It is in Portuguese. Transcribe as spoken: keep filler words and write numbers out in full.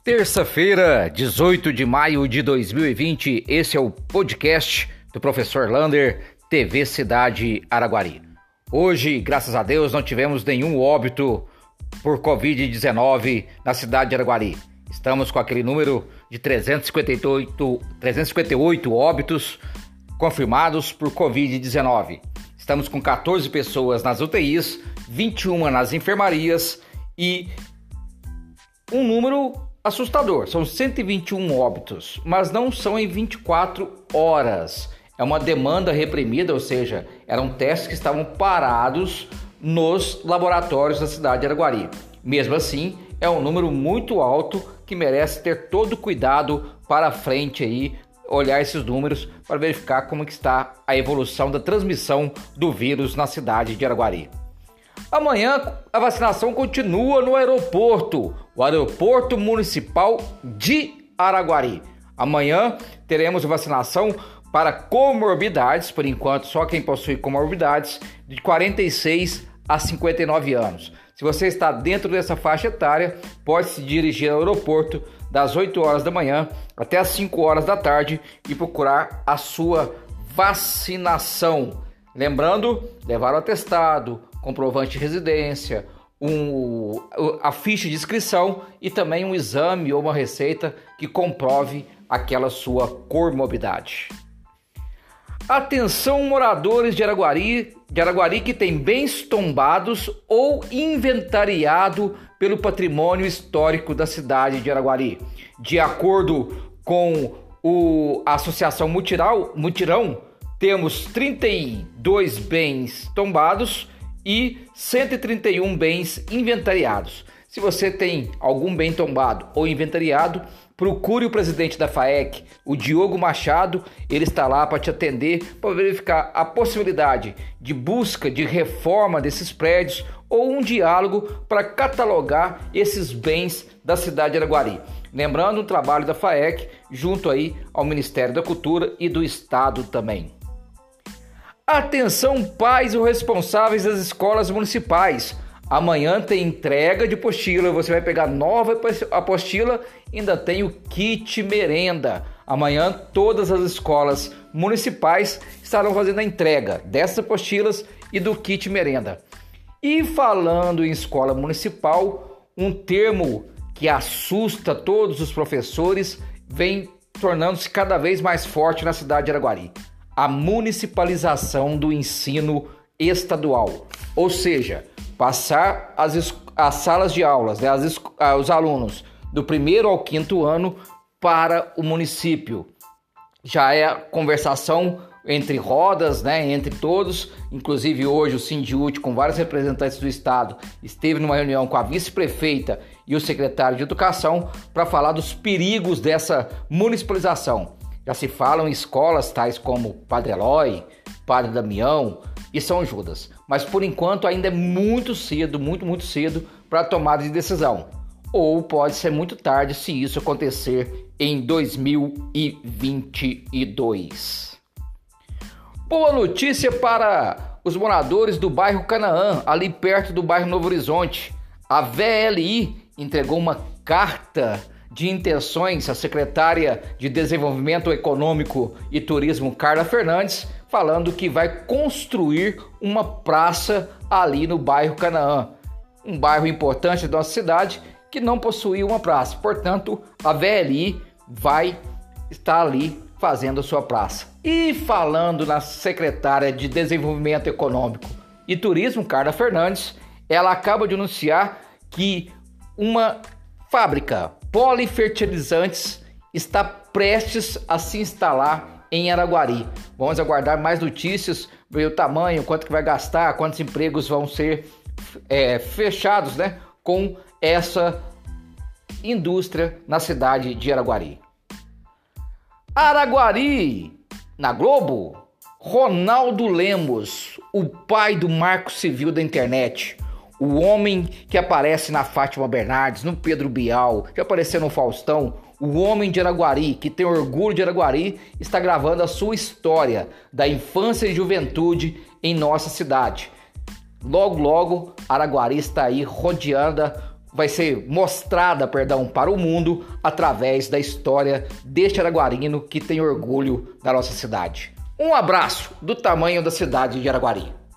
Terça-feira, dezoito de maio de dois mil e vinte, esse é o podcast do professor Lander, T V Cidade Araguari. Hoje, graças a Deus, não tivemos nenhum óbito por covid dezenove na cidade de Araguari. Estamos com aquele número de trezentos e cinquenta e oito, trezentos e cinquenta e oito óbitos confirmados por covid dezenove. Estamos com quatorze pessoas nas U T Is, vinte e uma nas enfermarias e um número assustador. São cento e vinte e um óbitos, mas não são em vinte e quatro horas. É uma demanda reprimida, ou seja, eram testes que estavam parados nos laboratórios da cidade de Araguari. Mesmo assim, é um número muito alto que merece ter todo cuidado para frente aí, olhar esses números para verificar como que está a evolução da transmissão do vírus na cidade de Araguari. Amanhã a vacinação continua no aeroporto, o Aeroporto Municipal de Araguari. Amanhã teremos vacinação para comorbidades, por enquanto só quem possui comorbidades, de quarenta e seis a cinquenta e nove anos. Se você está dentro dessa faixa etária, pode se dirigir ao aeroporto das oito horas da manhã até as cinco horas da tarde e procurar a sua vacinação. Lembrando, levar o atestado, comprovante de residência, um, a ficha de inscrição e também um exame ou uma receita que comprove aquela sua comorbidade. Atenção, moradores de Araguari, de Araguari que tem bens tombados ou inventariado pelo patrimônio histórico da cidade de Araguari. De acordo com o, a Associação Mutirão, Mutirão, temos trinta e dois bens tombados e cento e trinta e um bens inventariados. Se você tem algum bem tombado ou inventariado, procure o presidente da FAEC, o Diogo Machado. Ele está lá para te atender, para verificar a possibilidade de busca de reforma desses prédios ou um diálogo para catalogar esses bens da cidade de Araguari. Lembrando o trabalho da FAEC junto aí ao Ministério da Cultura e do Estado também. Atenção, pais ou responsáveis das escolas municipais. Amanhã tem entrega de apostila, você vai pegar nova apostila, ainda tem o kit merenda. Amanhã todas as escolas municipais estarão fazendo a entrega dessas apostilas e do kit merenda. E falando em escola municipal, um termo que assusta todos os professores vem tornando-se cada vez mais forte na cidade de Araguari: a municipalização do ensino estadual. Ou seja, passar as, as salas de aulas, né, as, os alunos do primeiro ao quinto ano para o município. Já é conversação entre rodas, né, entre todos. Inclusive hoje o Sindiúti, com vários representantes do estado, esteve numa reunião com a vice-prefeita e o secretário de Educação para falar dos perigos dessa municipalização. Já se falam em escolas tais como Padre Eloy, Padre Damião e São Judas. Mas por enquanto ainda é muito cedo, muito, muito cedo para a tomada de decisão. Ou pode ser muito tarde se isso acontecer em dois mil e vinte e dois. Boa notícia para os moradores do bairro Canaã, ali perto do bairro Novo Horizonte. A V L I entregou uma carta de intenções à secretária de Desenvolvimento Econômico e Turismo, Carla Fernandes, falando que vai construir uma praça ali no bairro Canaã, um bairro importante da nossa cidade que não possui uma praça. Portanto, a V L I vai estar ali fazendo a sua praça. E falando na secretária de Desenvolvimento Econômico e Turismo, Carla Fernandes, ela acaba de anunciar que uma fábrica Polifertilizantes está prestes a se instalar em Araguari. Vamos aguardar mais notícias, ver o tamanho, quanto que vai gastar, quantos empregos vão ser é, fechados, né, com essa indústria na cidade de Araguari. Araguari, na Globo, Ronaldo Lemos, o pai do Marco Civil da internet. O homem que aparece na Fátima Bernardes, no Pedro Bial, já apareceu no Faustão. O homem de Araguari, que tem orgulho de Araguari, está gravando a sua história da infância e juventude em nossa cidade. Logo, logo, Araguari está aí rodeada vai ser mostrada, perdão, para o mundo através da história deste araguarino que tem orgulho da nossa cidade. Um abraço do tamanho da cidade de Araguari.